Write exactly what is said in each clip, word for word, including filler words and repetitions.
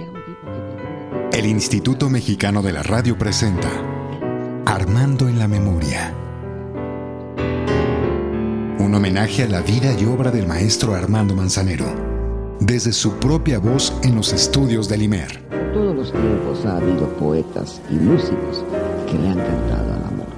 El Instituto Mexicano de la Radio presenta Armando en la Memoria. Un homenaje a la vida y obra del maestro Armando Manzanero, desde su propia voz en los estudios del I M E R. En todos los tiempos ha habido poetas y músicos que le han cantado al amor.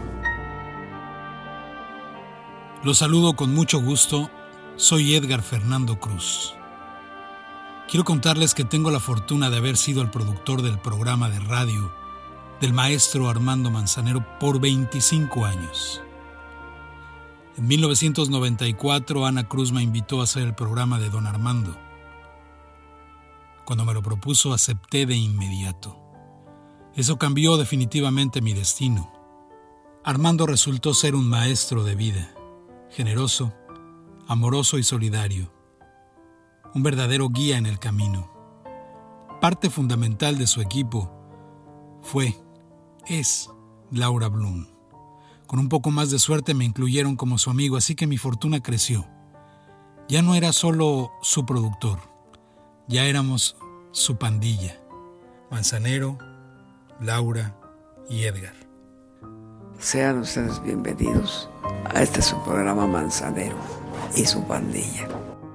Los saludo con mucho gusto. Soy Edgar Fernando Cruz. Quiero contarles que tengo la fortuna de haber sido el productor del programa de radio del maestro Armando Manzanero por veinticinco años. En mil novecientos noventa y cuatro, Ana Cruz me invitó a hacer el programa de Don Armando. Cuando me lo propuso, acepté de inmediato. Eso cambió definitivamente mi destino. Armando resultó ser un maestro de vida, generoso, amoroso y solidario. Un verdadero guía en el camino. Parte fundamental de su equipo fue, es, Laura Bloom. Con un poco más de suerte me incluyeron como su amigo, así que mi fortuna creció. Ya no era solo su productor, ya éramos su pandilla. Manzanero, Laura y Edgar. Sean ustedes bienvenidos a este su programa Manzanero y su pandilla.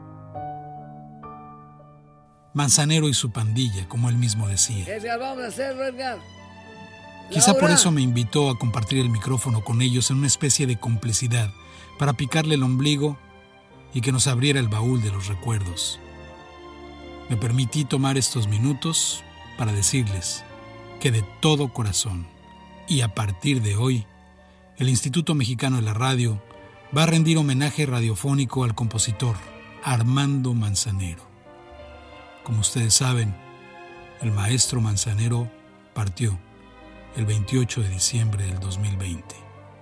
Manzanero y su pandilla, como él mismo decía. Edgar, vamos a hacerlo, Edgar. Quizá por eso me invitó a compartir el micrófono con ellos en una especie de complicidad, para picarle el ombligo y que nos abriera el baúl de los recuerdos. Me permití tomar estos minutos para decirles que de todo corazón, y a partir de hoy, el Instituto Mexicano de la Radio va a rendir homenaje radiofónico al compositor Armando Manzanero. Como ustedes saben, el maestro Manzanero partió el veintiocho de diciembre del dos mil veinte.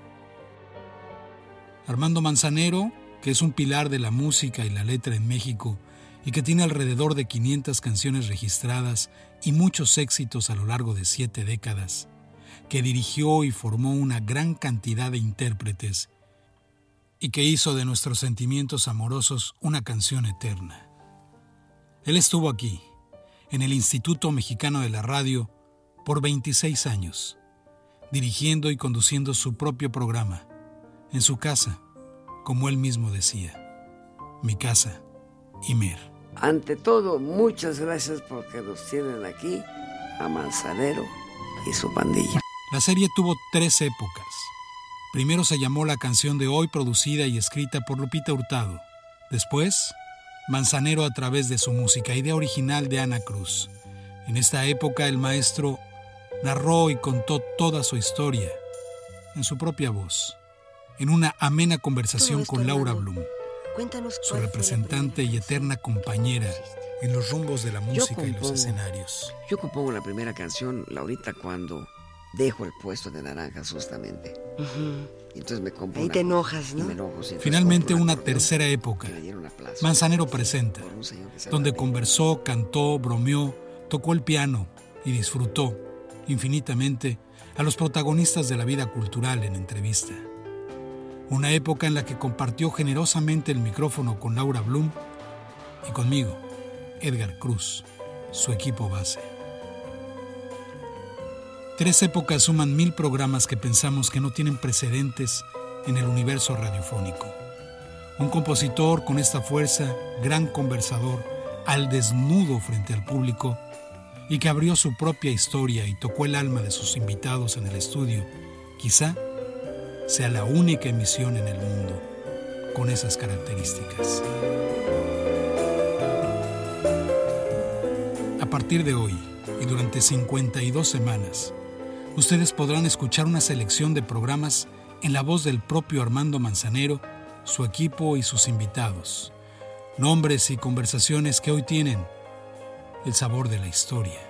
Armando Manzanero, que es un pilar de la música y la letra en México y que tiene alrededor de quinientas canciones registradas y muchos éxitos a lo largo de siete décadas, que dirigió y formó una gran cantidad de intérpretes y que hizo de nuestros sentimientos amorosos una canción eterna. Él estuvo aquí, en el Instituto Mexicano de la Radio, por veintiséis años, dirigiendo y conduciendo su propio programa, en su casa, como él mismo decía, mi casa, I M E R. Ante todo, muchas gracias porque nos tienen aquí a Manzanero y su pandilla. La serie tuvo tres épocas. Primero se llamó La Canción de Hoy, producida y escrita por Lupita Hurtado. Después, Manzanero a través de su música, idea original de Ana Cruz. En esta época el maestro narró y contó toda su historia en su propia voz, en una amena conversación con Laura Bloom, su representante y eterna compañera en los rumbos de la música compongo, y los escenarios. Yo compongo la primera canción, Laurita, cuando dejo el puesto de naranjas justamente. Uh-huh. Entonces me compro. Ahí una, te enojas, ¿no? Me enojo, sí, finalmente una tercera época, Manzanero Presenta, donde conversó, cantó, bromeó, tocó el piano y disfrutó infinitamente a los protagonistas de la vida cultural en entrevista. Una época en la que compartió generosamente el micrófono con Laura Bloom y conmigo, Edgar Cruz, su equipo base. Tres épocas suman mil programas que pensamos que no tienen precedentes en el universo radiofónico. Un compositor con esta fuerza, gran conversador, al desnudo frente al público, y que abrió su propia historia y tocó el alma de sus invitados en el estudio, quizá sea la única emisión en el mundo con esas características. A partir de hoy y durante cincuenta y dos semanas, ustedes podrán escuchar una selección de programas en la voz del propio Armando Manzanero, su equipo y sus invitados. Nombres y conversaciones que hoy tienen el sabor de la historia.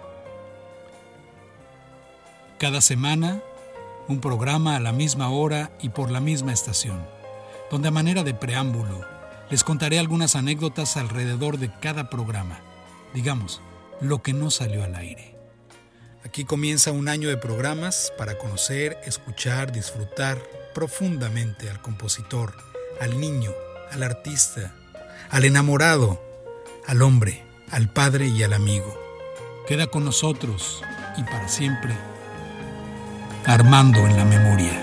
Cada semana, un programa a la misma hora y por la misma estación, donde a manera de preámbulo les contaré algunas anécdotas alrededor de cada programa, digamos, lo que no salió al aire. Aquí comienza un año de programas para conocer, escuchar, disfrutar profundamente al compositor, al niño, al artista, al enamorado, al hombre, al padre y al amigo, queda con nosotros y para siempre, Armando en la memoria.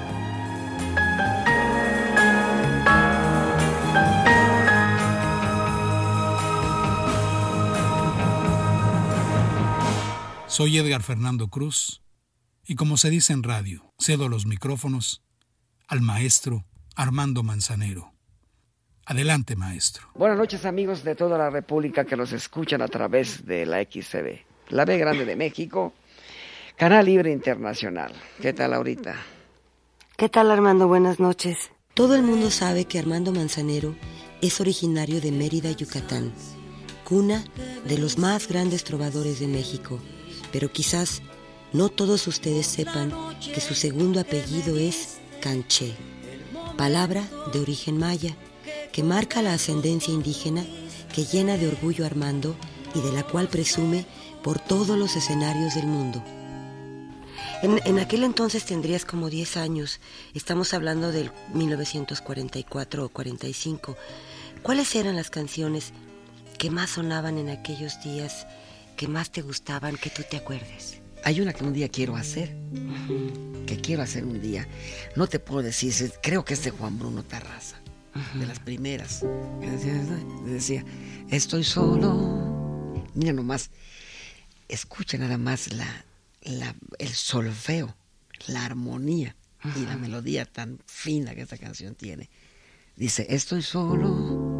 Soy Edgar Fernando Cruz y, como se dice en radio, cedo los micrófonos al maestro Armando Manzanero. Adelante, maestro. Buenas noches, amigos de toda la República que nos escuchan a través de la X C B, la B Grande de México, Canal Libre Internacional. ¿Qué tal, Laurita? ¿Qué tal, Armando? Buenas noches. Todo el mundo sabe que Armando Manzanero es originario de Mérida, Yucatán, cuna de los más grandes trovadores de México, pero quizás no todos ustedes sepan que su segundo apellido es Canché, palabra de origen maya, que marca la ascendencia indígena que llena de orgullo a Armando y de la cual presume por todos los escenarios del mundo. En, en aquel entonces tendrías como diez años, estamos hablando del mil novecientos cuarenta y cuatro o cuarenta y cinco. ¿Cuáles eran las canciones que más sonaban en aquellos días, que más te gustaban, que tú te acuerdes? Hay una que un día quiero hacer, uh-huh. que quiero hacer un día. No te puedo decir, creo que es de Juan Bruno Tarraza. De las primeras que decía, decía, estoy solo. Mira nomás, escucha nada más la, la, el solfeo, la armonía y la melodía tan fina que esta canción tiene. Dice, estoy solo,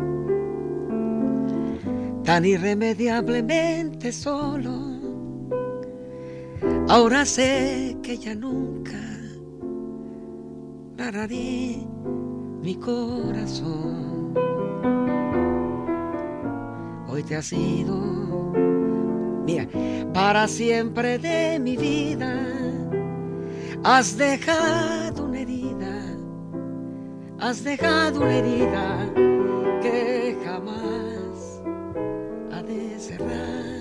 tan irremediablemente solo. Ahora sé que ya nunca rararí mi corazón. Hoy te has ido, mira, para siempre de mi vida. Has dejado una herida, has dejado una herida que jamás ha de cerrar.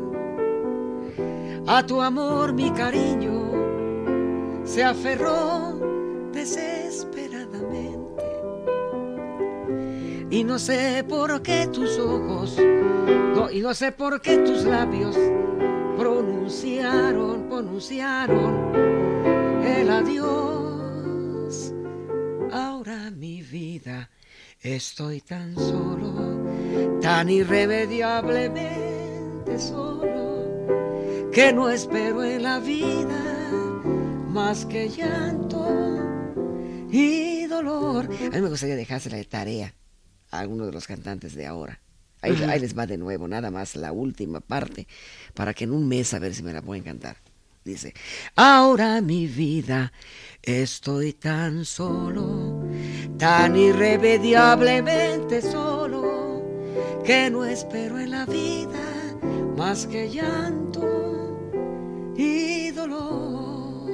A tu amor mi cariño se aferró desesperadamente. Y no sé por qué tus ojos, no, y no sé por qué tus labios pronunciaron, pronunciaron el adiós. Ahora mi vida estoy tan solo, tan irremediablemente solo, que no espero en la vida más que llanto y dolor. A mí me gustaría dejársela de tarea a algunos de los cantantes de ahora. Ahí, uh-huh. ahí les va de nuevo, nada más la última parte, para que en un mes a ver si me la pueden cantar. Dice, ahora mi vida estoy tan solo, tan irremediablemente solo, que no espero en la vida más que llanto y dolor.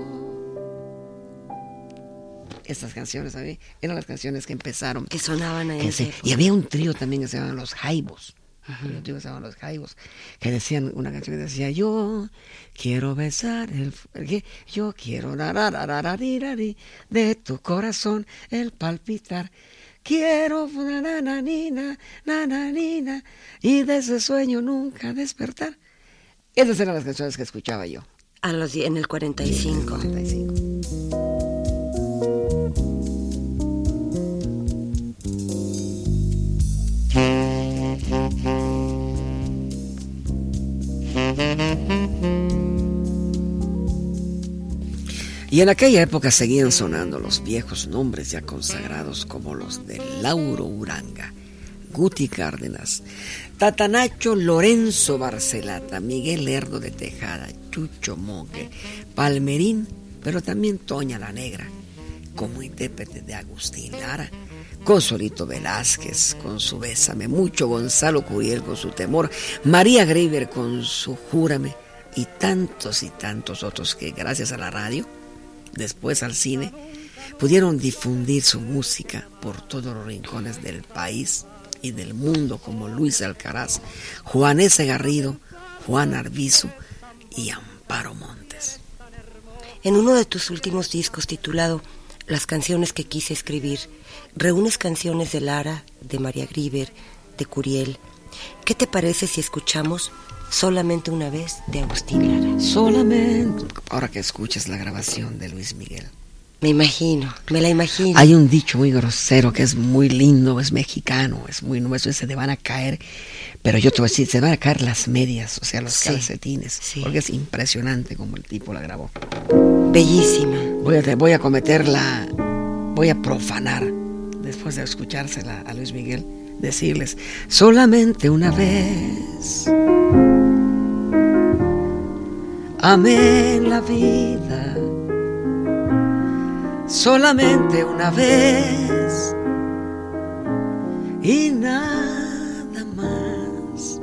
Estas canciones, ¿sabes? Eran las canciones que empezaron. Que sonaban ahí. Y había un trío también que se llamaban Los Jaibos. Uh-huh. Un trío que se llamaban Los Jaibos. Que decían una canción que decía, yo quiero besar el... ¿qué? Yo quiero rarararararari, de tu corazón el palpitar. Quiero nananina, nananina, y de ese sueño nunca despertar. Esas eran las canciones que escuchaba yo. A los, en el cuarenta y cinco. cuarenta y cinco. Y en aquella época seguían sonando los viejos nombres ya consagrados como los de Lauro Uranga, Guti Cárdenas, Tatanacho Lorenzo Barcelata, Miguel Lerdo de Tejada, Chucho Moque, Palmerín, pero también Toña la Negra, como intérprete de Agustín Lara, Consolito Velázquez con su Bésame Mucho, Gonzalo Curiel con su Temor, María Greiber con su Júrame, y tantos y tantos otros que gracias a la radio, después al cine, pudieron difundir su música por todos los rincones del país y del mundo, como Luis Alcaraz, Juan S. Garrido, Juan Arbizu y Amparo Montes. En uno de tus últimos discos, titulado Las canciones que quise escribir, reúnes canciones de Lara, de María Greiber, de Curiel. ¿Qué te parece si escuchamos Solamente una vez, de Agustín Lara. Solamente, ahora que escuches la grabación de Luis Miguel. Me imagino, me la imagino. Hay un dicho muy grosero que es muy lindo, es mexicano, es muy nuestro, se te van a caer, pero yo te voy a decir, se van a caer las medias, o sea, los sí, calcetines, sí. Porque es impresionante como el tipo la grabó. Bellísima. Voy a, voy a cometer la, voy a profanar, después de escuchársela a Luis Miguel, decirles, solamente una vez amé la vida. Solamente una vez y nada más.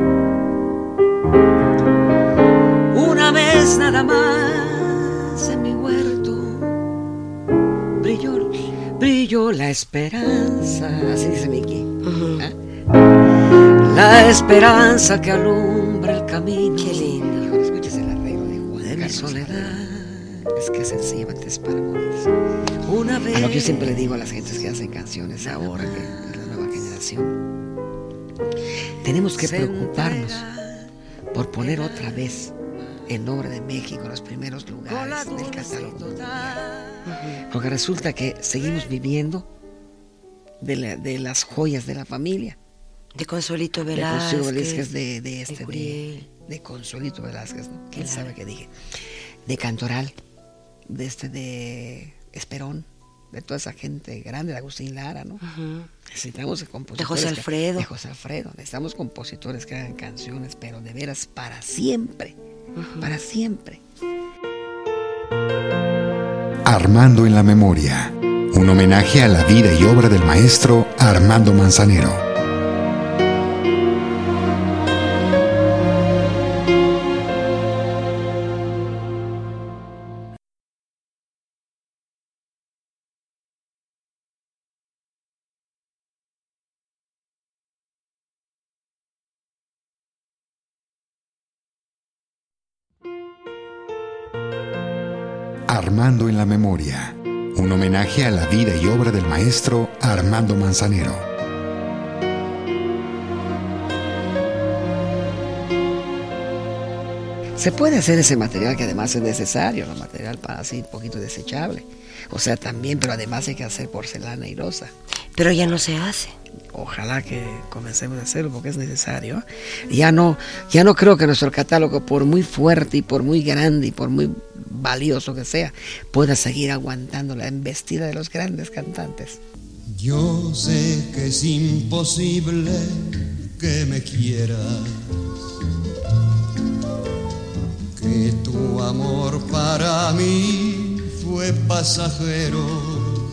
Una vez nada más en mi huerto brilló, brilló la esperanza. Así dice Miki. Uh-huh. ¿Eh? La esperanza que alumbra el camino. Qué lindo. Hijo, escuches el arreglo de Juan de mi soledad. Es que sencillamente es para morirse. Una vez. A lo que yo siempre le digo a las gentes que hacen canciones ahora, que es la nueva generación, tenemos que preocuparnos por poner otra vez el nombre de México en los primeros lugares del catálogo mundial. Porque resulta que seguimos viviendo de, la, de las joyas de la familia. De Consuelito Velázquez. De Consuelito Velázquez, de, de este, de, de, de Consuelito Velázquez, ¿no? ¿Quién claro. sabe qué dije? De Cantoral. De este de Esperón, de toda esa gente grande, de Agustín Lara, ¿no? Uh-huh. Necesitamos compositores. De José Alfredo. Que, de José Alfredo. Necesitamos compositores que hagan canciones, pero de veras para siempre. Uh-huh. Para siempre. Armando en la memoria. Un homenaje a la vida y obra del maestro Armando Manzanero. Armando en la memoria, un homenaje a la vida y obra del maestro Armando Manzanero. Se puede hacer ese material que además es necesario, ¿no? Material para así un poquito desechable. O sea, también, pero además hay que hacer porcelana y loza. Pero ya no se hace. Ojalá que comencemos a hacerlo porque es necesario. Ya no, ya no creo que nuestro catálogo, por muy fuerte y por muy grande y por muy valioso que sea, pueda seguir aguantando la embestida de los grandes cantantes. Yo sé que es imposible que me quieras, que tu amor para mí fue pasajero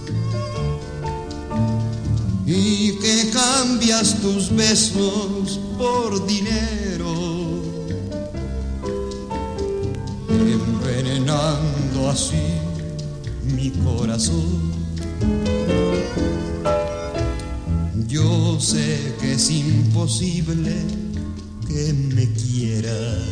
y que cambias tus besos por dinero, envenenando así mi corazón. Yo sé que es imposible que me quieras.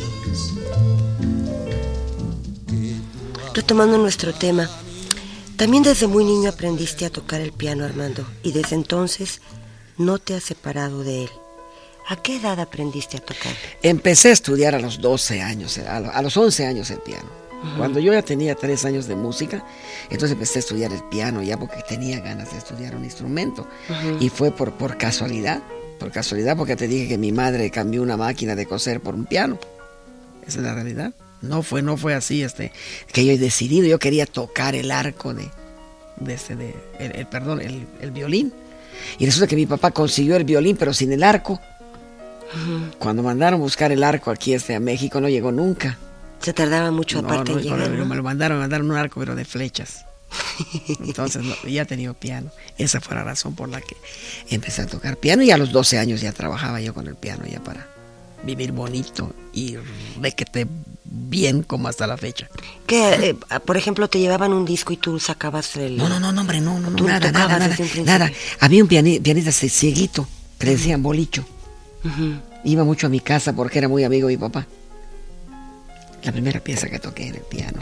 Que Retomando nuestro tema, también desde muy niño aprendiste a tocar el piano, Armando, y desde entonces no te has separado de él. ¿A qué edad aprendiste a tocar? Empecé a estudiar a los doce años, a los once años el piano. Uh-huh. Cuando yo ya tenía tres años de música, entonces empecé a estudiar el piano ya porque tenía ganas de estudiar un instrumento. Uh-huh. Y fue por, por casualidad, por casualidad porque te dije que mi madre cambió una máquina de coser por un piano. Esa es la realidad. No fue, no fue así este, que yo he decidido. Yo quería tocar el arco de, de, este, de el, el, perdón, el, el violín. Y resulta que mi papá consiguió el violín, pero sin el arco. Uh-huh. Cuando mandaron buscar el arco aquí este, a México, no llegó nunca. Se tardaba mucho no, aparte no, en llegar, ¿no? ¿no? Me lo mandaron, me mandaron un arco, pero de flechas. Entonces no, ya he tenido piano. Esa fue la razón por la que empecé a tocar piano. Y a los doce años ya trabajaba yo con el piano ya para vivir bonito y requete bien como hasta la fecha. ¿Qué, eh, por ejemplo, te llevaban un disco y tú sacabas el... No, no, no, hombre, no, no, no nada, nada, nada, nada. Había un piani, pianista cieguito que le decían Bolicho. Uh-huh. Iba mucho a mi casa porque era muy amigo de mi papá. La primera pieza que toqué en el piano.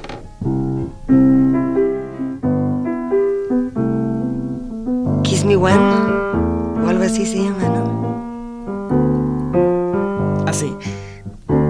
Kiss Me One, o algo así se llama, ¿no? Así.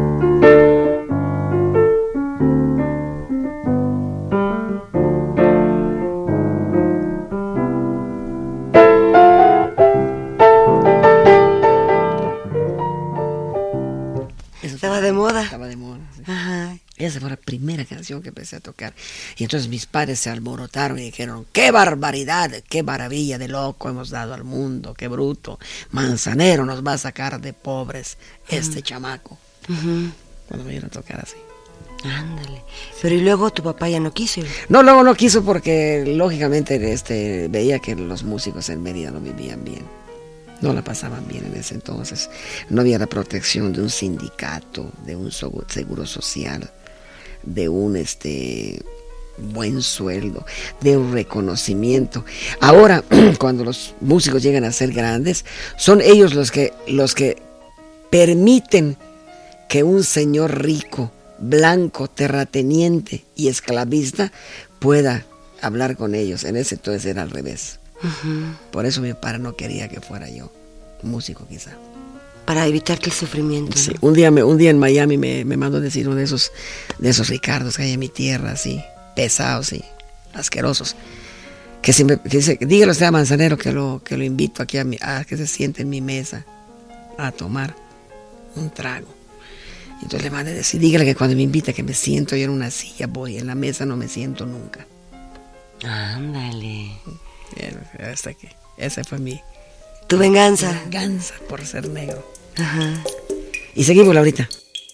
de moda. Estaba de moda, sí. Ajá. Esa fue la primera canción que empecé a tocar. Y entonces mis padres se alborotaron y dijeron, ¡qué barbaridad! ¡Qué maravilla de loco hemos dado al mundo! ¡Qué bruto! Manzanero nos va a sacar de pobres este uh-huh. chamaco. Uh-huh. Cuando me vieron tocar así. Ándale. Pero y luego tu papá ya no quiso. No, luego no quiso porque lógicamente este, veía que los músicos en Mérida no vivían bien. No la pasaban bien en ese entonces. No había la protección de un sindicato, de un seguro social, de un este buen sueldo, de un reconocimiento. Ahora, cuando los músicos llegan a ser grandes, son ellos los que los que permiten que un señor rico, blanco, terrateniente y esclavista pueda hablar con ellos. En ese entonces era al revés. Uh-huh. Por eso mi padre no quería que fuera yo músico, quizá. Para evitarte el sufrimiento. Sí, ¿no? un día me, un día en Miami me, me mandó decir uno de esos, de esos Ricardos que hay en mi tierra, así, pesados y asquerosos. Que si me que dice, dígale usted a Manzanero que lo, que lo invito aquí a, mi, a que se siente en mi mesa a tomar un trago. Entonces le mandé a decir, dígale que cuando me invita que me siento yo en una silla, voy, en la mesa no me siento nunca. Ándale. Hasta aquí. Esa fue mi... Tu venganza. Venganza por ser negro. Ajá. Y seguimos, Laurita.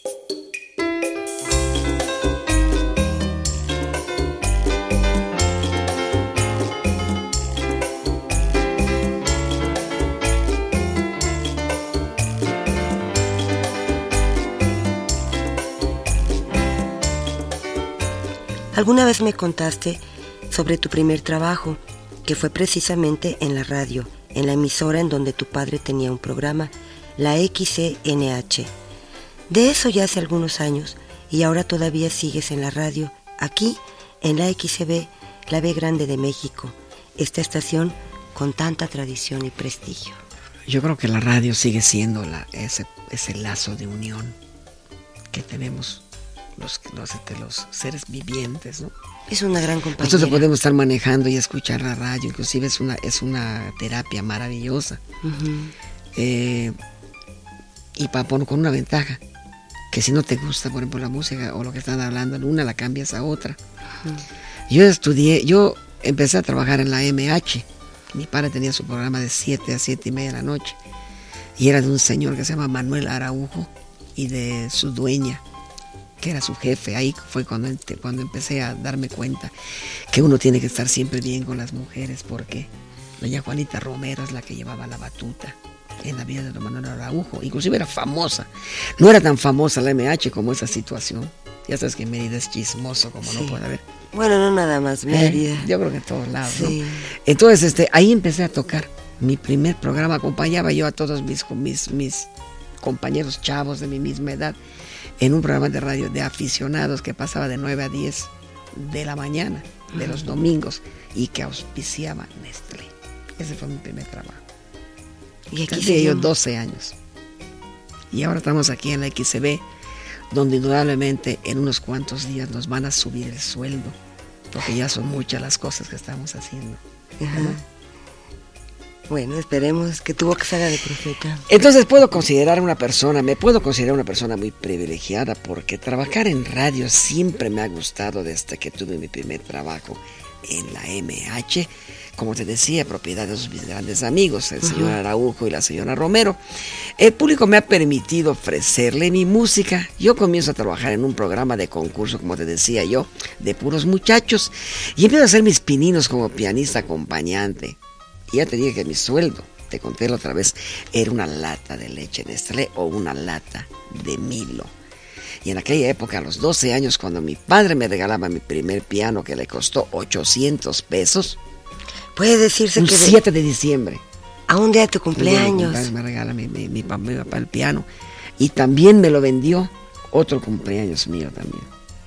Alguna vez me contaste sobre tu primer trabajo, que fue precisamente en la radio, en la emisora en donde tu padre tenía un programa, la X C N H. De eso ya hace algunos años, y ahora todavía sigues en la radio, aquí en la X C B, la B Grande de México, esta estación con tanta tradición y prestigio. Yo creo que la radio sigue siendo la, ese, ese lazo de unión que tenemos los, los, los seres vivientes, ¿no? Es una gran compañía. Nosotros podemos estar manejando y escuchar la radio, inclusive es una, es una terapia maravillosa. Uh-huh. Eh, y pa, con una ventaja, que si no te gusta, por ejemplo, la música o lo que están hablando en una, la cambias a otra. Uh-huh. Yo estudié, yo empecé a trabajar en la M H. Mi padre tenía su programa de siete a siete y media de la noche. Y era de un señor que se llama Manuel Araujo y de su dueña, que era su jefe. Ahí fue cuando, cuando empecé a darme cuenta que uno tiene que estar siempre bien con las mujeres, porque doña Juanita Romero es la que llevaba la batuta en la vida de don Manuel Araujo. Inclusive era famosa. No era tan famosa la M H como esa situación. Ya sabes que Mérida es chismoso como sí. No puede haber. Bueno, no nada más Mérida. Eh, yo creo que en todos lados, sí. ¿no? Entonces, este, ahí empecé a tocar. Mi primer programa acompañaba yo a todos mis, mis, mis compañeros chavos de mi misma edad en un programa de radio de aficionados que pasaba de nueve a diez de la mañana, de los domingos, y que auspiciaba Nestlé. Ese fue mi primer trabajo. Y aquí tenía yo doce años. Y ahora estamos aquí en la X C B, donde indudablemente en unos cuantos días nos van a subir el sueldo, porque ya son muchas las cosas que estamos haciendo. Ajá. Bueno, esperemos que tu boca se haga de profeta. Entonces puedo considerar una persona, me puedo considerar una persona muy privilegiada, porque trabajar en radio siempre me ha gustado desde que tuve mi primer trabajo en la M H. Como te decía, propiedad de mis grandes amigos, el señor uh-huh. Araujo y la señora Romero. El público me ha permitido ofrecerle mi música. Yo comienzo a trabajar en un programa de concurso, como te decía yo, de puros muchachos, y empiezo a hacer mis pininos como pianista acompañante. Y ya te dije que mi sueldo, te conté la otra vez, era una lata de leche Nestlé o una lata de Milo. Y en aquella época, a los doce años, cuando mi padre me regalaba mi primer piano, que le costó ochocientos pesos, puede decirse un que... Un siete de diciembre. A un día de tu cumpleaños. Mi padre me regala mi, mi, mi, mi papá el piano. Y también me lo vendió otro cumpleaños mío también.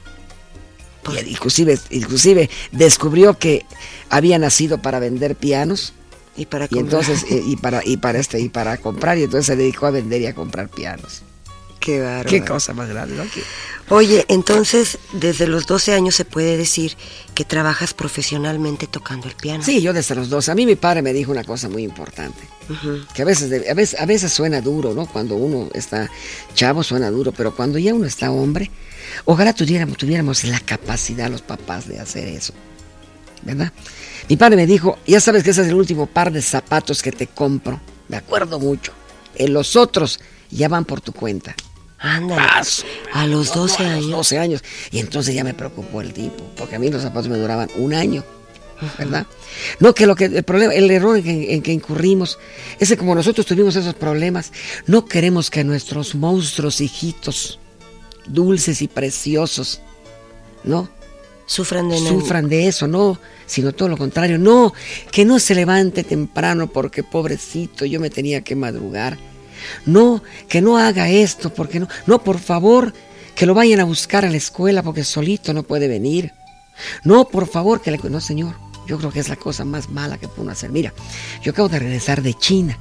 Y inclusive, inclusive descubrió que había nacido para vender pianos. Y para y entonces y, y para y para este y para comprar, y entonces se dedicó a vender y a comprar pianos. Qué bárbaro. Qué cosa más grande, ¿no? Qué... Oye, entonces, desde los doce años se puede decir que trabajas profesionalmente tocando el piano. Sí, yo desde los doce. A mí mi padre me dijo una cosa muy importante. Uh-huh. Que a veces, a, veces, a veces suena duro, ¿no? Cuando uno está chavo suena duro, pero cuando ya uno está hombre, ojalá tuviéramos, tuviéramos la capacidad los papás de hacer eso, ¿verdad? Mi padre me dijo, ya sabes que ese es el último par de zapatos que te compro. Me acuerdo mucho. En los otros ya van por tu cuenta. Ándale, Paso, a los doce años. A los doce años. Y entonces ya me preocupó el tipo, porque a mí los zapatos me duraban un año, ¿verdad? Uh-huh. No, que lo que el problema, el error en que, en que incurrimos es que como nosotros tuvimos esos problemas, no queremos que nuestros monstruos hijitos, dulces y preciosos, ¿no? Sufran de, Sufran de eso, no, sino todo lo contrario. No, que no se levante temprano porque pobrecito, yo me tenía que madrugar. No, que no haga esto, porque no, no, por favor, que lo vayan a buscar a la escuela porque solito no puede venir. No, por favor, que le... No, señor, yo creo que es la cosa más mala que pudo hacer. Mira, yo acabo de regresar de China,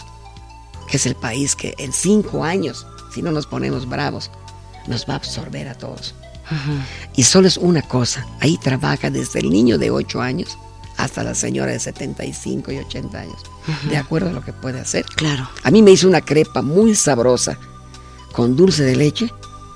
que es el país que en cinco años, si no nos ponemos bravos, nos va a absorber a todos. Uh-huh. Y solo es una cosa, ahí trabaja desde el niño de ocho años hasta la señora de setenta y cinco y ochenta años, uh-huh. de acuerdo a lo que puede hacer. Claro. A mí me hizo una crepa muy sabrosa con dulce de leche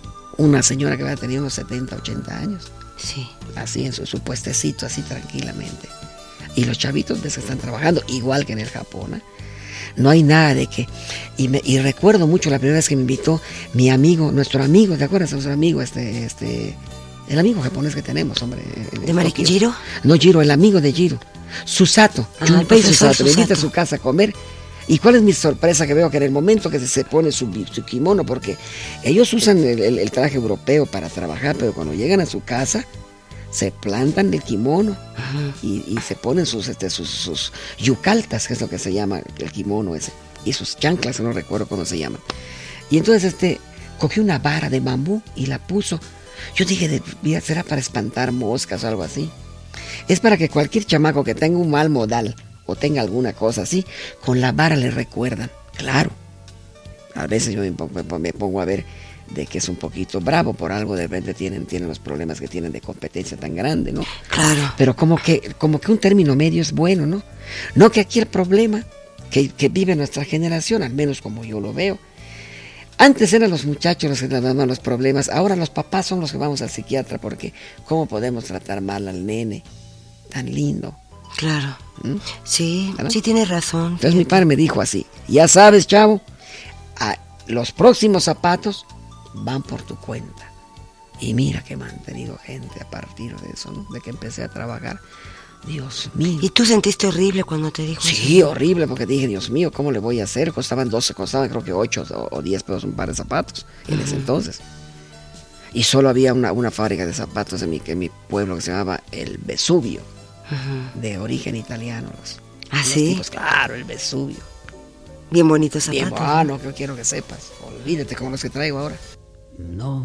una señora que va a tener unos setenta, ochenta años. Sí. Así en su, su puestecito, así tranquilamente. Y los chavitos ves que están trabajando igual que en el Japón, ¿eh? No hay nada de que... Y, me, y recuerdo mucho la primera vez que me invitó mi amigo, nuestro amigo, ¿te acuerdas? Nuestro amigo, este... este el amigo japonés que tenemos, hombre. ¿De Mari Jiro? No, Jiro, el amigo de Jiro. Susato, ah, Junpei Susato. Me invita a su casa a comer. ¿Y cuál es mi sorpresa? Que veo que en el momento que se pone su, su kimono, porque ellos usan el, el, el traje europeo para trabajar, pero cuando llegan a su casa, se plantan el kimono y, y se ponen sus, este, sus, sus yukatans, que es lo que se llama el kimono ese, y sus chanclas, no recuerdo cómo se llaman. Y entonces este cogió una vara de bambú y la puso. Yo dije, mira, será para espantar moscas o algo así. Es para que cualquier chamaco que tenga un mal modal o tenga alguna cosa así, con la vara le recuerdan. Claro, a veces yo me pongo, me pongo a ver de que es un poquito bravo por algo, de repente tienen, tienen los problemas que tienen de competencia tan grande, ¿no? Claro. Pero como que, como que un término medio es bueno, ¿no? No que aquí el problema que, que vive nuestra generación, al menos como yo lo veo, antes eran los muchachos los que nos daban los problemas, ahora los papás son los que vamos al psiquiatra, porque ¿cómo podemos tratar mal al nene tan lindo? Claro, ¿Mm? sí, ¿verdad? Sí tienes razón. Entonces mi padre me dijo así, ya sabes, chavo, a los próximos zapatos van por tu cuenta. Y mira que he mantenido gente a partir de eso, ¿no? De que empecé a trabajar. Dios mío. ¿Y tú sentiste horrible cuando te dijo sí, eso? Sí, horrible, porque dije, Dios mío, ¿cómo le voy a hacer? Costaban doce, costaban creo que ocho o diez pesos un par de zapatos en uh-huh. ese entonces. Y solo había una, una fábrica de zapatos en mi, en mi pueblo que se llamaba El Vesubio, uh-huh. de origen italiano. Los, ¿Ah, los sí? Tipos, claro, El Vesubio. Bien bonitos zapatos. Bien, ah, no, que quiero que sepas. Olvídate como los que traigo ahora. No,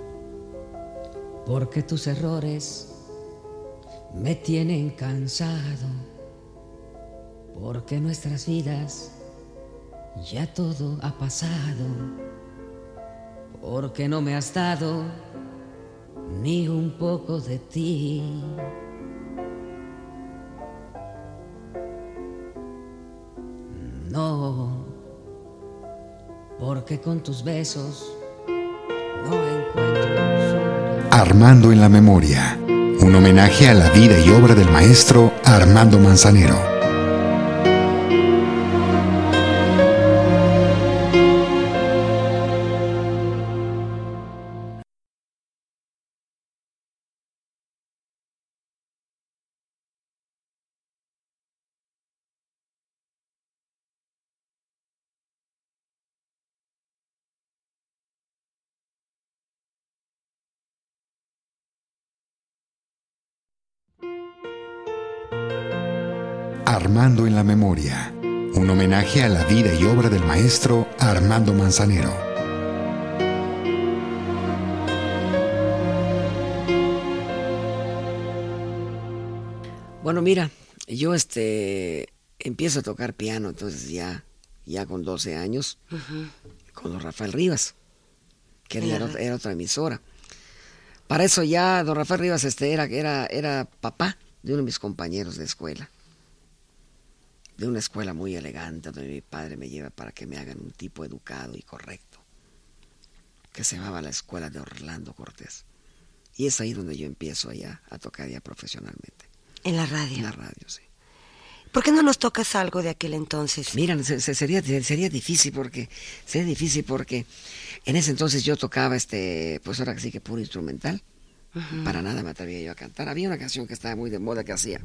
porque tus errores me tienen cansado, porque nuestras vidas ya todo ha pasado, porque no me has dado ni un poco de ti. No, porque con tus besos no encuentro... Armando en la memoria. Un homenaje a la vida y obra del maestro Armando Manzanero. Armando en la memoria. Un homenaje a la vida y obra del maestro Armando Manzanero. Bueno, mira, yo este empiezo a tocar piano, entonces ya, ya con doce años, uh-huh. con los Rafael Rivas, que era, era, otra, era otra emisora. Para eso ya don Rafael Rivas este, era, era, era papá de uno de mis compañeros de escuela. De una escuela muy elegante donde mi padre me lleva para que me hagan un tipo educado y correcto, que se llamaba la escuela de Orlando Cortés. Y es ahí donde yo empiezo allá a tocar ya profesionalmente. En la radio. En la radio, sí. ¿Por qué no nos tocas algo de aquel entonces? Mira, se, se, sería, sería difícil porque sería difícil porque en ese entonces yo tocaba este, pues ahora sí que puro instrumental. Uh-huh. Para nada me atrevía yo a cantar. Había una canción que estaba muy de moda que hacía.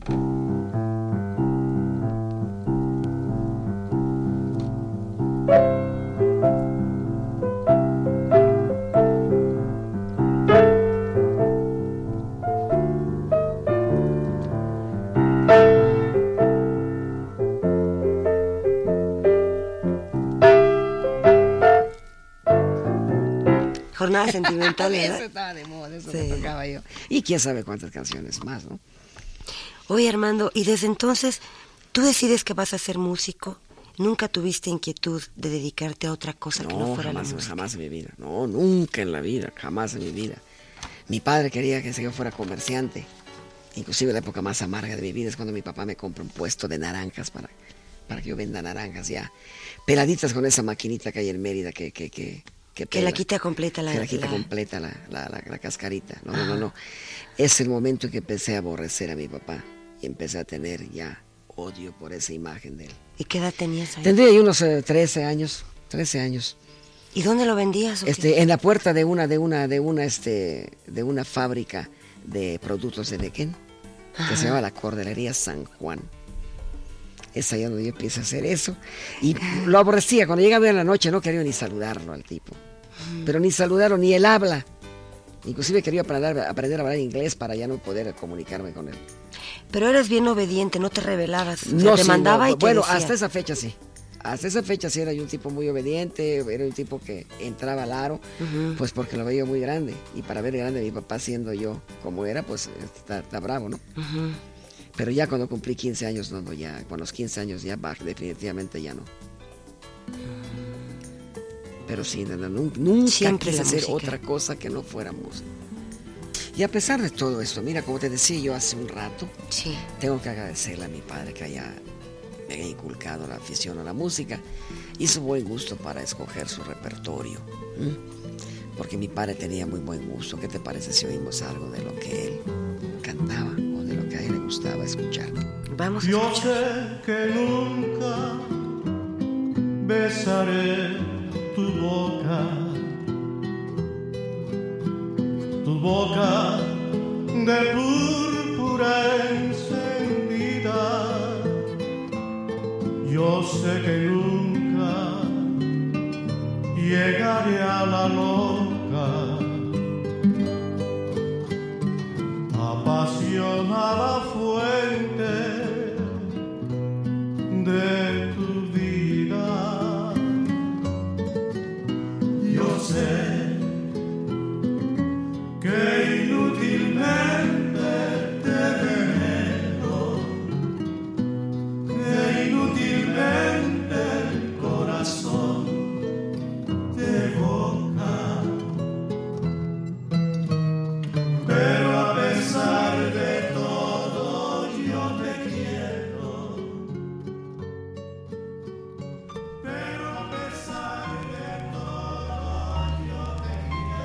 Jornada sentimental, ¿verdad? Eso estaba de moda, eso sí. Me tocaba yo. Y quién sabe cuántas canciones más, ¿no? Oye, Armando, y desde entonces, ¿tú decides que vas a ser músico? ¿Nunca tuviste inquietud de dedicarte a otra cosa no, que no fuera jamás, la música? jamás en mi vida. No, nunca en la vida, jamás en mi vida. Mi padre quería que yo fuera comerciante. Inclusive la época más amarga de mi vida es cuando mi papá me compra un puesto de naranjas para, para que yo venda naranjas ya. Peladitas con esa maquinita que hay en Mérida que... que, que Que, que la quita completa la... Que la quita la... completa la, la, la, la cascarita. No, no, no, no. Es el momento en que empecé a aborrecer a mi papá. Y empecé a tener ya odio por esa imagen de él. ¿Y qué edad tenías ahí? Tendría yo unos eh, trece años. trece años. ¿Y dónde lo vendías? Este, en la puerta de una, de una, de una, este, de una fábrica de productos de Nequén. Que se llama la Cordelería San Juan. Es allá donde yo empiezo a hacer eso. Y lo aborrecía. Cuando llegaba en la noche no quería ni saludarlo al tipo. Pero ni saludarlo, ni él habla. Inclusive quería aprender, aprender a hablar inglés para ya no poder comunicarme con él. Pero eres bien obediente, no te rebelabas. No, te sí, mandaba no, y te bueno, decía. hasta esa fecha sí. Hasta esa fecha sí era yo un tipo muy obediente, era un tipo que entraba al aro, uh-huh. Pues porque lo veía muy grande. Y para ver grande a mi papá siendo yo como era, pues está, está bravo, ¿no? Uh-huh. Pero ya cuando cumplí quince años, no, no, ya, con los quince años ya, bah, definitivamente ya no. Pero sí, no, no, nunca Siempre quise hacer música. Otra cosa que no fuera música. Y a pesar de todo esto, mira, como te decía yo hace un rato, sí. Tengo que agradecerle a mi padre que haya, me haya inculcado la afición a la música y su buen gusto para escoger su repertorio. ¿Mm? Porque mi padre tenía muy buen gusto. ¿Qué te parece si oímos algo de lo que él cantaba o de lo que a él le gustaba escuchar? Vamos a Yo escuchar. sé que nunca besaré tu boca, tu boca de púrpura encendida. Yo sé que nunca llegaré a la loca, apasionada fuente de tu vida. Yo sé que inútilmente te venero, que inútilmente el corazón te evoca, pero a pesar de todo yo te quiero, pero a pesar de todo yo te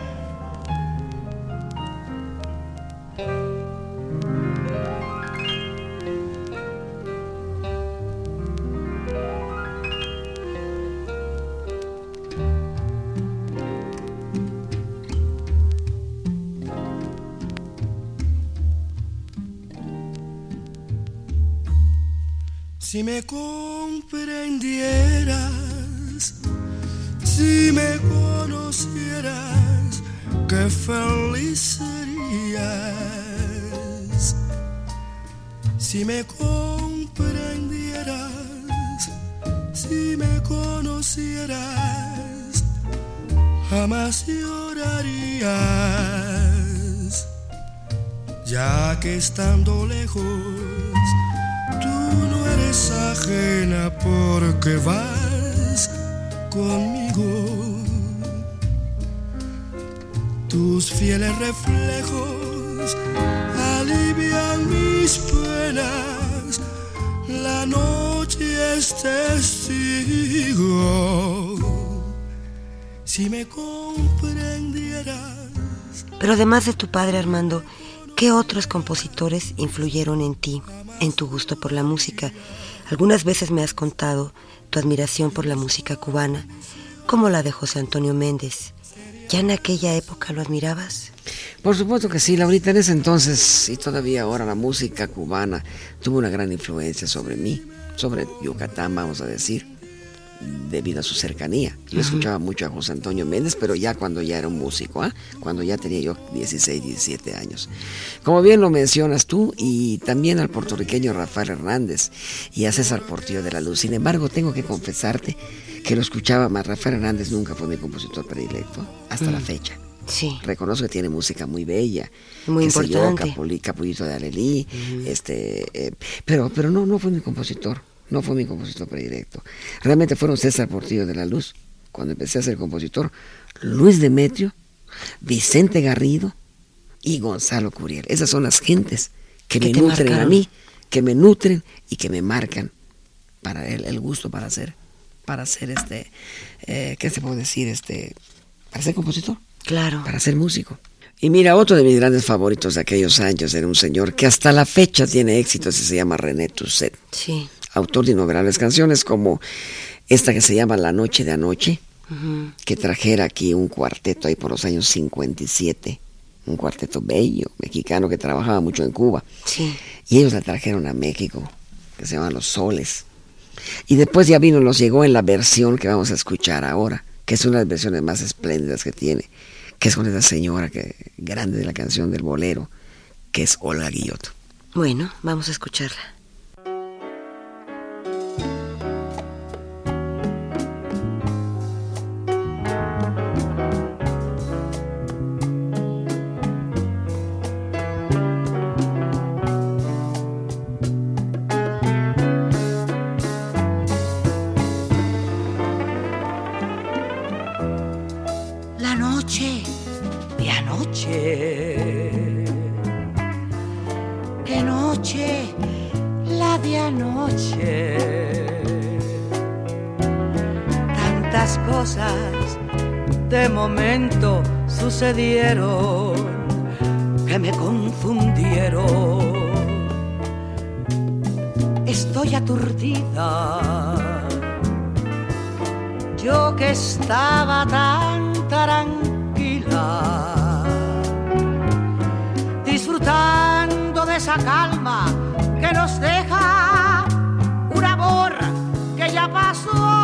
Si me comprendieras, si me conocieras, qué feliz serías. Si me comprendieras, si me conocieras, jamás llorarías, ya que estando lejos tú no eres ajena porque vas conmigo. tus fieles reflejos alivian mis penas. La noche es testigo. Si me comprendieras. Pero además de tu padre, Armando, ¿qué otros compositores influyeron en ti, en tu gusto por la música? Algunas veces me has contado tu admiración por la música cubana, como la de José Antonio Méndez. ¿Ya en aquella época lo admirabas? Por supuesto que sí, Laurita. En ese entonces y todavía ahora la música cubana tuvo una gran influencia sobre mí, sobre Yucatán, vamos a decir, debido a su cercanía. Yo uh-huh. escuchaba mucho a José Antonio Méndez, pero ya cuando ya era un músico, ¿eh? Cuando ya tenía yo dieciséis, diecisiete años. Como bien lo mencionas tú, y también al puertorriqueño Rafael Hernández y a César Portillo de la Luz. Sin embargo, tengo que confesarte que lo escuchaba más. Rafael Hernández nunca fue mi compositor predilecto, hasta mm. la fecha. Sí. Reconozco que tiene música muy bella, muy importante. Yo, Capulí, Capullito de Alelí, uh-huh. este, eh, pero, pero no, no fue mi compositor. No fue mi compositor predilecto. Realmente fueron César Portillo de la Luz, cuando empecé a ser compositor, Luis Demetrio, Vicente Garrido y Gonzalo Curiel. Esas son las gentes que me nutren marcaron? a mí, que me nutren y que me marcan para el, el gusto para hacer, para ser este, eh, ¿qué se puede decir? Este, para ser compositor. Claro. Para ser músico. Y mira, otro de mis grandes favoritos de aquellos años era un señor que hasta la fecha tiene éxitos y se llama René Toussaint. Sí. Autor de innumerables canciones como esta que se llama La Noche de Anoche, uh-huh. que trajera aquí un cuarteto ahí por los años cincuenta y siete, un cuarteto bello, mexicano que trabajaba mucho en Cuba. Sí. Y ellos la trajeron a México, que se llama Los Soles. Y después ya vino, nos llegó en la versión que vamos a escuchar ahora, que es una de las versiones más espléndidas que tiene, que es con esa señora que, grande de la canción del bolero, que es Olga Guillot. Bueno, vamos a escucharla. Sucedieron que me confundieron. Estoy aturdida, yo que estaba tan tranquila, disfrutando de esa calma que nos deja un amor que ya pasó.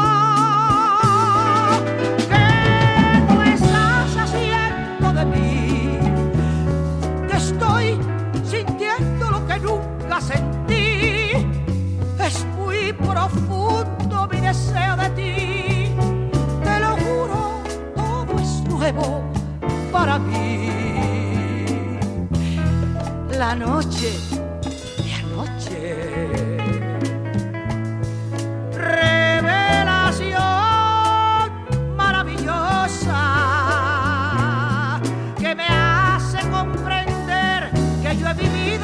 Sentí, es muy profundo mi deseo de ti, te lo juro, todo es nuevo para mí. La noche de anoche, revelación maravillosa que me hace comprender que yo he vivido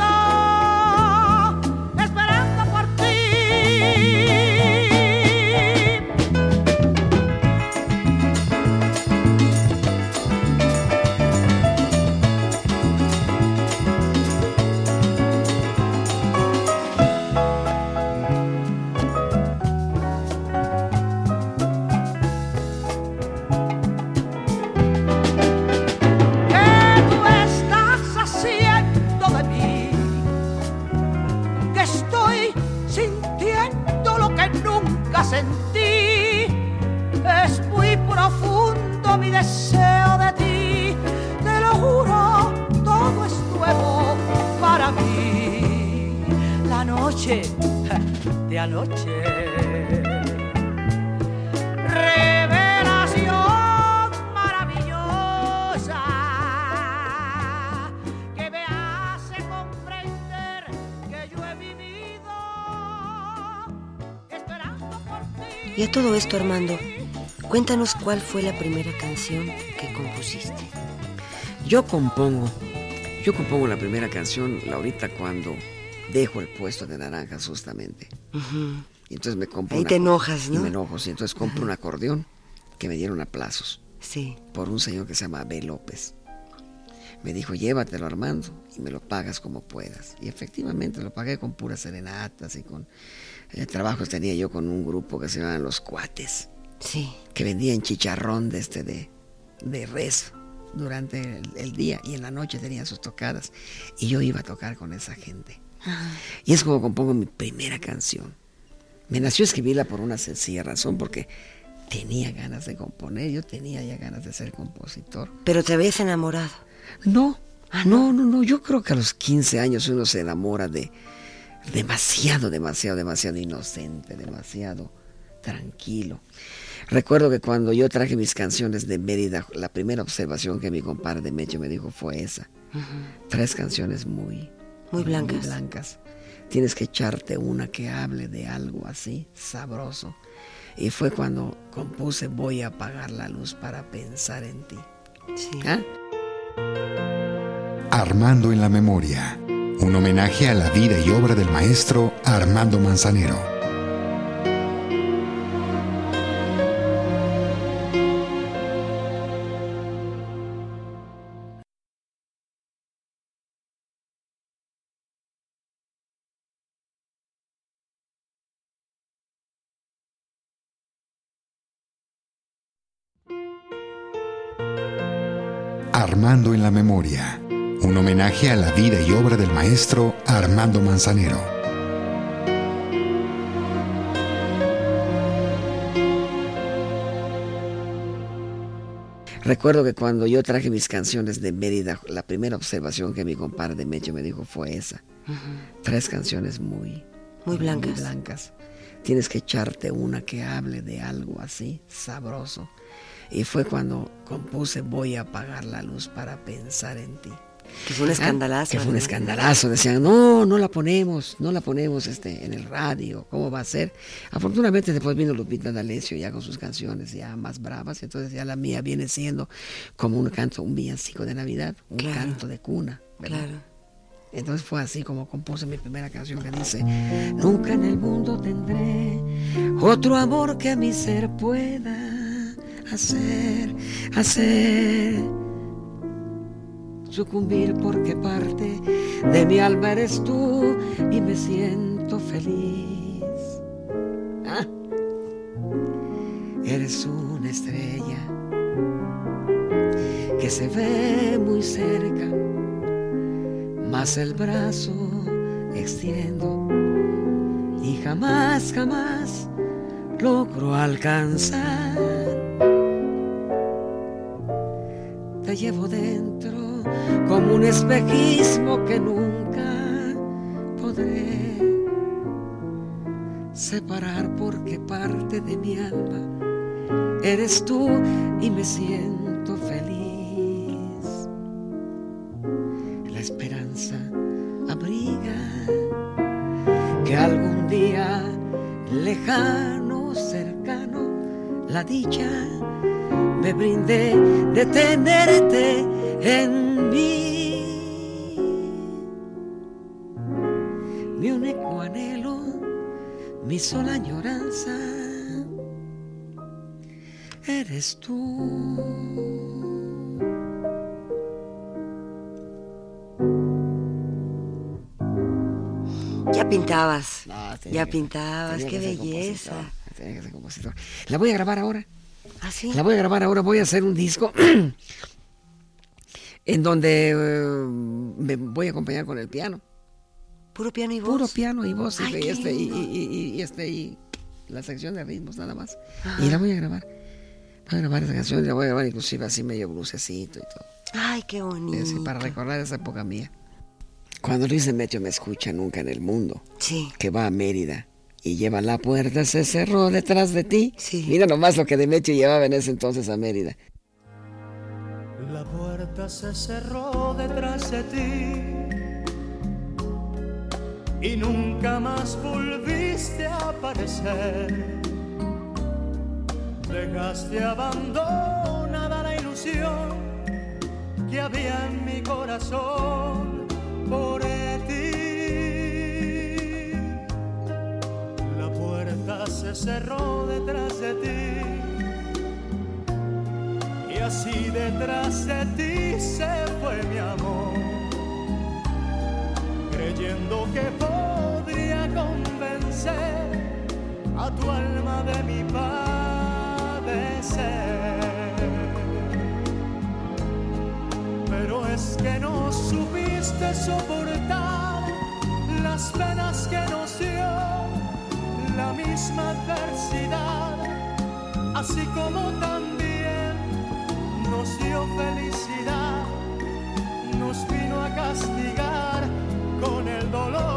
sentí, es muy profundo mi deseo de ti, te lo juro, todo es nuevo para mí. La noche de anoche, revelación maravillosa que me hace comprender que yo he vivido. Y a todo esto, Armando, cuéntanos cuál fue la primera canción que compusiste. Yo compongo, yo compongo la primera canción ahorita cuando dejo el puesto de naranjas justamente. Uh-huh. Y entonces me compro Ahí una, te enojas, ¿no? Y me enojo, sí. Entonces compro uh-huh. un acordeón que me dieron a plazos. Sí. Por un señor que se llama B. López. Me dijo, llévatelo, Armando, y me lo pagas como puedas. Y efectivamente lo pagué con puras serenatas y con eh, trabajos tenía yo con un grupo que se llamaban Los Cuates. Sí. Que vendían chicharrón de este de, de res durante el, el día y en la noche tenían sus tocadas. Y yo iba a tocar con esa gente. Ajá. Y es como compongo mi primera canción. Me nació escribirla por una sencilla razón, porque tenía ganas de componer, yo tenía ya ganas de ser compositor. ¿Pero te habías enamorado? No, ah, no, no, no, yo creo que a los quince años uno se enamora de demasiado, demasiado, demasiado inocente, demasiado tranquilo. Recuerdo que cuando yo traje mis canciones de Mérida, la primera observación que mi compadre de Mecho me dijo fue esa. Uh-huh. Tres canciones muy, muy blancas. muy blancas. Tienes que echarte una que hable de algo así, sabroso. Y fue cuando compuse Voy a apagar la luz para pensar en ti. Sí. ¿Ah? Armando en la memoria. Un homenaje a la vida y obra del maestro Armando Manzanero. Armando en la memoria. Un homenaje a la vida y obra del maestro Armando Manzanero. Recuerdo que cuando yo traje mis canciones de Mérida, la primera observación que mi compadre de Mecho me dijo fue esa. Uh-huh. Tres canciones muy, muy blancas. muy blancas. Tienes que echarte una que hable de algo así, sabroso. Y fue cuando compuse Voy a apagar la luz para pensar en ti. Que fue un escandalazo. Ah, que fue un escandalazo. Decían, no, no la ponemos, no la ponemos este, en el radio. ¿Cómo va a ser? Afortunadamente después vino Lupita D'Alessio ya con sus canciones ya más bravas. Y entonces ya la mía viene siendo como un canto, un villancico de Navidad, un claro. canto de cuna, ¿verdad? Claro. Entonces fue así como compuse mi primera canción que dice: nunca en el mundo tendré otro amor que mi ser pueda hacer, hacer sucumbir, porque parte de mi alma eres tú y me siento feliz. ¿Ah? Eres una estrella que se ve muy cerca, mas el brazo extiendo y jamás, jamás logro alcanzar. Te llevo dentro como un espejismo que nunca podré separar, porque parte de mi alma eres tú y me siento feliz. La esperanza abriga que algún día lejano, cercano, la dicha me brindé de tenerte en mí. Mi único anhelo, mi sola añoranza, eres tú. Ya pintabas, no, ya que, pintabas, qué belleza. Tenía que ser compositor. La voy a grabar ahora. ¿Ah, sí? La voy a grabar ahora, voy a hacer un disco en donde uh, me voy a acompañar con el piano. ¿Puro piano y voz? Puro piano y voz. Ay, y, este, y, y, y, este, y la sección de ritmos nada más. Ajá. Y la voy a grabar. Voy a grabar esa canción y la voy a grabar inclusive así medio blusecito y todo. Ay, qué bonito. Es para recordar esa época mía. Cuando Luis Demetrio me escucha Nunca en el Mundo, sí, que va a Mérida y lleva la puerta, se cerró detrás de ti. Sí. Mira nomás lo que Demetrio llevaba en ese entonces a Mérida. La puerta se cerró detrás de ti y nunca más volviste a aparecer. Dejaste abandonada la ilusión que había en mi corazón por ti. La puerta se cerró detrás de ti y así detrás de ti se fue mi amor, creyendo que podría convencer a tu alma de mi padecer. Pero es que no supiste soportar las penas que nos dio la misma adversidad, así como también nos dio felicidad, nos vino a castigar con el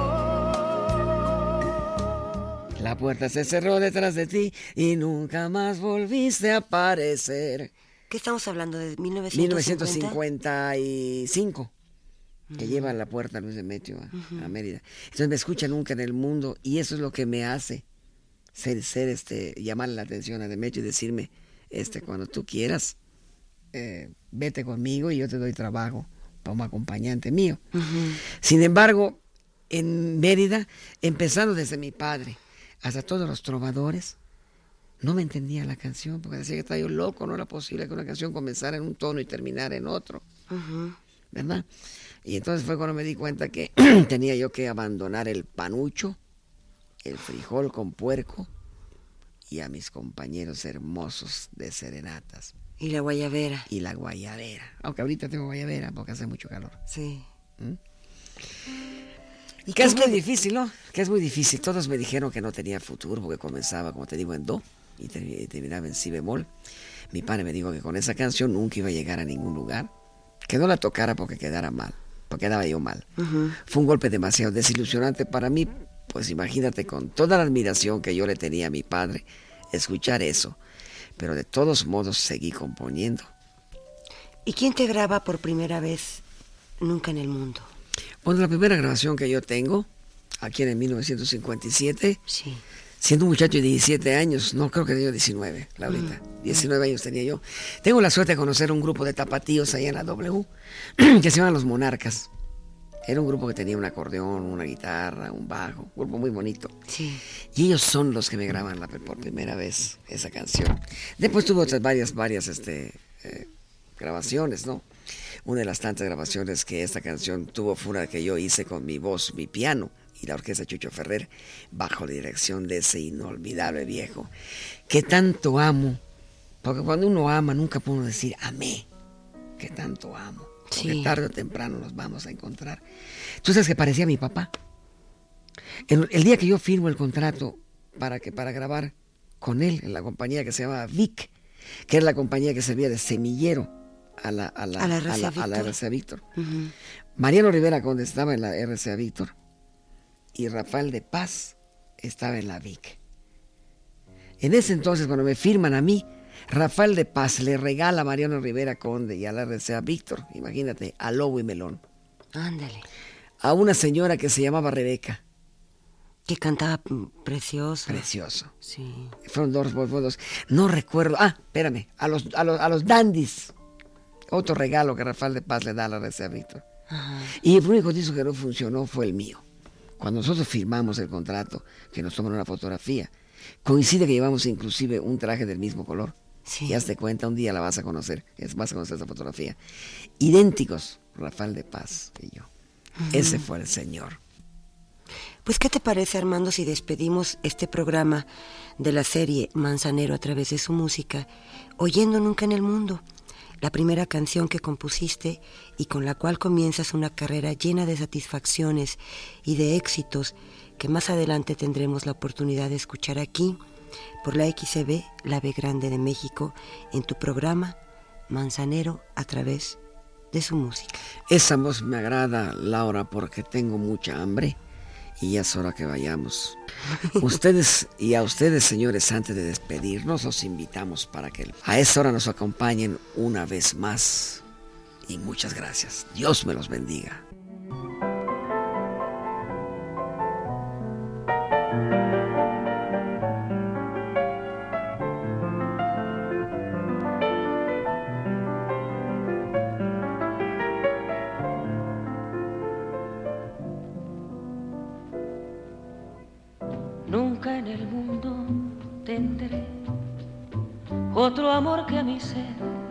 dolor. La puerta se cerró detrás de ti y nunca más volviste a aparecer. ¿Qué estamos hablando? ¿De mil novecientos cincuenta? mil novecientos cincuenta y cinco, que uh-huh. lleva la puerta Luis Demetrio a, uh-huh. a Mérida. Entonces me escucha nunca en el mundo y eso es lo que me hace ser, ser este, llamarle la atención a Demetrio y decirme, este, cuando tú quieras, eh, vete conmigo y yo te doy trabajo como acompañante mío. Uh-huh. Sin embargo, en Mérida, empezando desde mi padre hasta todos los trovadores, no me entendía la canción, porque decía que estaba yo loco, no era posible que una canción comenzara en un tono y terminara en otro, uh-huh. ¿verdad? Y entonces fue cuando me di cuenta que tenía yo que abandonar el panucho, el frijol con puerco y a mis compañeros hermosos de serenatas. Y la guayabera. Y la guayabera, aunque ahorita tengo guayabera porque hace mucho calor. Sí. ¿Mm? Y que es muy difícil, ¿no? Que es muy difícil. Todos me dijeron que no tenía futuro porque comenzaba, como te digo, en do y terminaba en si bemol. Mi padre me dijo que con esa canción nunca iba a llegar a ningún lugar, que no la tocara porque quedara mal, porque quedaba yo mal. Uh-huh. Fue un golpe demasiado desilusionante para mí, pues imagínate, con toda la admiración que yo le tenía a mi padre, escuchar eso. Pero de todos modos seguí componiendo. ¿Y quién te graba por primera vez Nunca en el Mundo? Bueno, la primera grabación que yo tengo, aquí en el mil novecientos cincuenta y siete, sí. siendo un muchacho de diecisiete años, no creo que tenía diecinueve, Laurita, mm. diecinueve años tenía yo. Tengo la suerte de conocer un grupo de tapatíos allá en la W, que se llaman Los Monarcas. Era un grupo que tenía un acordeón, una guitarra, un bajo, un grupo muy bonito. Sí. Y ellos son los que me graban la, por primera vez esa canción. Después tuve otras varias, varias este, eh, grabaciones, ¿no? Una de las tantas grabaciones que esta canción tuvo fue una que yo hice con mi voz, mi piano y la orquesta Chucho Ferrer, bajo la dirección de ese inolvidable viejo, que tanto amo, porque cuando uno ama nunca puede decir amé, que tanto amo, porque sí. tarde o temprano nos vamos a encontrar. Tú sabes que parecía mi papá. El, el día que yo firmo el contrato para, que, para grabar con él en la compañía que se llamaba Vic, que era la compañía que servía de semillero a la, a la, a la a la, a la R C A Víctor. Uh-huh. Mariano Rivera Conde estaba en la R C A Víctor y Rafael de Paz estaba en la Vic. En ese entonces, cuando me firman a mí, Rafael de Paz le regala a Mariano Rivera Conde y a la R C A Víctor, imagínate, a Lobo y Melón. Ándale. A una señora que se llamaba Rebeca. Que cantaba precioso. Precioso. Sí. Fueron dos, dos, dos. No recuerdo. Ah, espérame. A los, a los, a los dandies. Otro regalo que Rafael de Paz le da a la R C A Víctor. Ajá. Y el único disco que no funcionó fue el mío. Cuando nosotros firmamos el contrato, que nos toman una fotografía, coincide que llevamos inclusive un traje del mismo color. Sí. Y hazte cuenta, un día la vas a conocer, es, vas a conocer esa fotografía. Idénticos, Rafael de Paz y yo. Uh-huh. Ese fue el señor. Pues, ¿qué te parece, Armando, si despedimos este programa de la serie Manzanero a través de su música, oyendo Nunca en el Mundo, la primera canción que compusiste y con la cual comienzas una carrera llena de satisfacciones y de éxitos que más adelante tendremos la oportunidad de escuchar aquí por la X C B, la B Grande de México, en tu programa Manzanero a través de su música? Esa voz me agrada, Laura, porque tengo mucha hambre y ya es hora que vayamos. Ustedes y a ustedes, señores, antes de despedirnos, los invitamos para que a esa hora nos acompañen una vez más. Y muchas gracias. Dios me los bendiga. nunca en el mundo tendré otro amor que a mi ser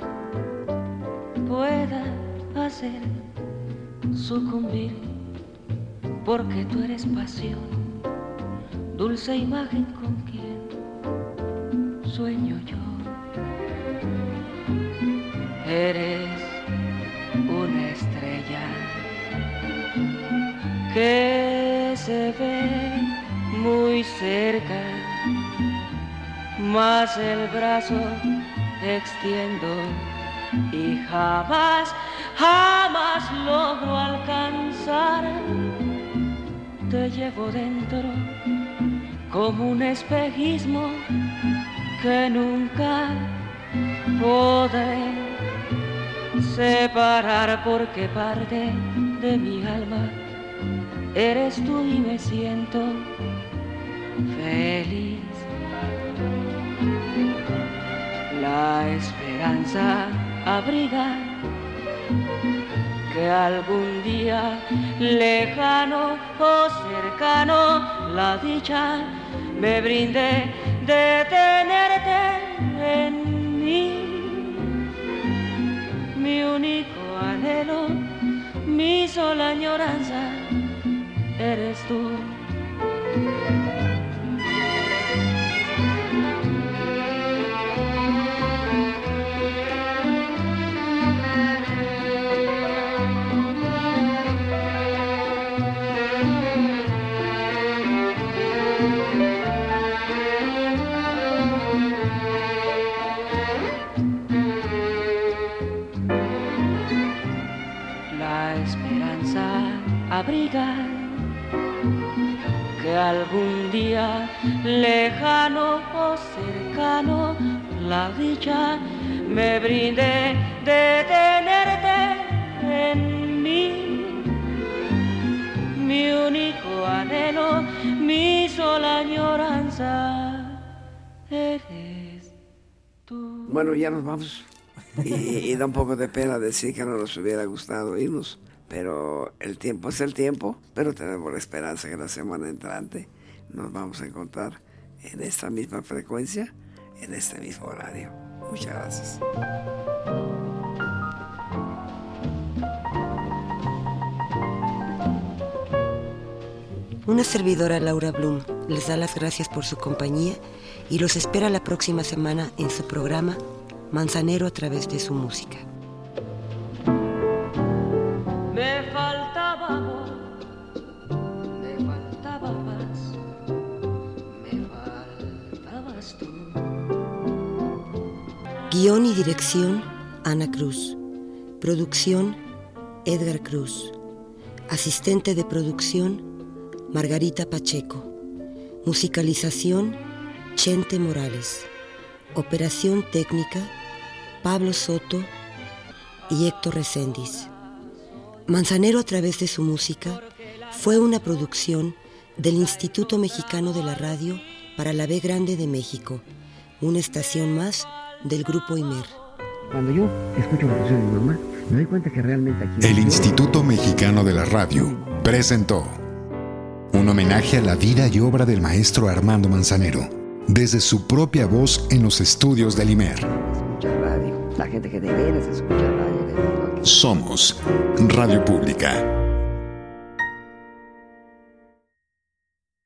pueda hacer sucumbir, porque tú eres pasión, dulce imagen con quien sueño yo. Eres una estrella que se ve muy cerca, mas el brazo extiendo y jamás, jamás logro alcanzar. Te llevo dentro como un espejismo que nunca podré separar, porque parte de mi alma eres tú y me siento feliz. La esperanza abriga que algún día lejano o cercano la dicha me brinde de tenerte en mí. Mi único anhelo, mi sola añoranza, eres tú. Abriga que algún día lejano o cercano la dicha me brinde de tenerte en mí. Mi único anhelo, mi sola añoranza, eres tú. Bueno, ya nos vamos. Y, y da un poco de pena decir que no nos hubiera gustado irnos. Pero el tiempo es el tiempo, pero tenemos la esperanza que la semana entrante nos vamos a encontrar en esta misma frecuencia, en este mismo horario. Muchas gracias. Una servidora, Laura Blum, les da las gracias por su compañía y los espera la próxima semana en su programa Manzanero a través de su música. Me faltaba amor, me faltaba paz, me faltabas tú. Guión y dirección, Ana Cruz. Producción, Edgar Cruz. Asistente de producción, Margarita Pacheco. Musicalización, Chente Morales. Operación técnica, Pablo Soto y Héctor Reséndiz. Manzanero a través de su música fue una producción del Instituto Mexicano de la Radio para la B Grande de México, una estación más del Grupo Imer. Cuando yo escucho la canción de mi mamá, me doy cuenta que realmente aquí... El Instituto Mexicano de la Radio presentó un homenaje a la vida y obra del maestro Armando Manzanero, desde su propia voz en los estudios del Imer. Escucha radio, la gente que de veras escucha radio. De Somos Radio Pública.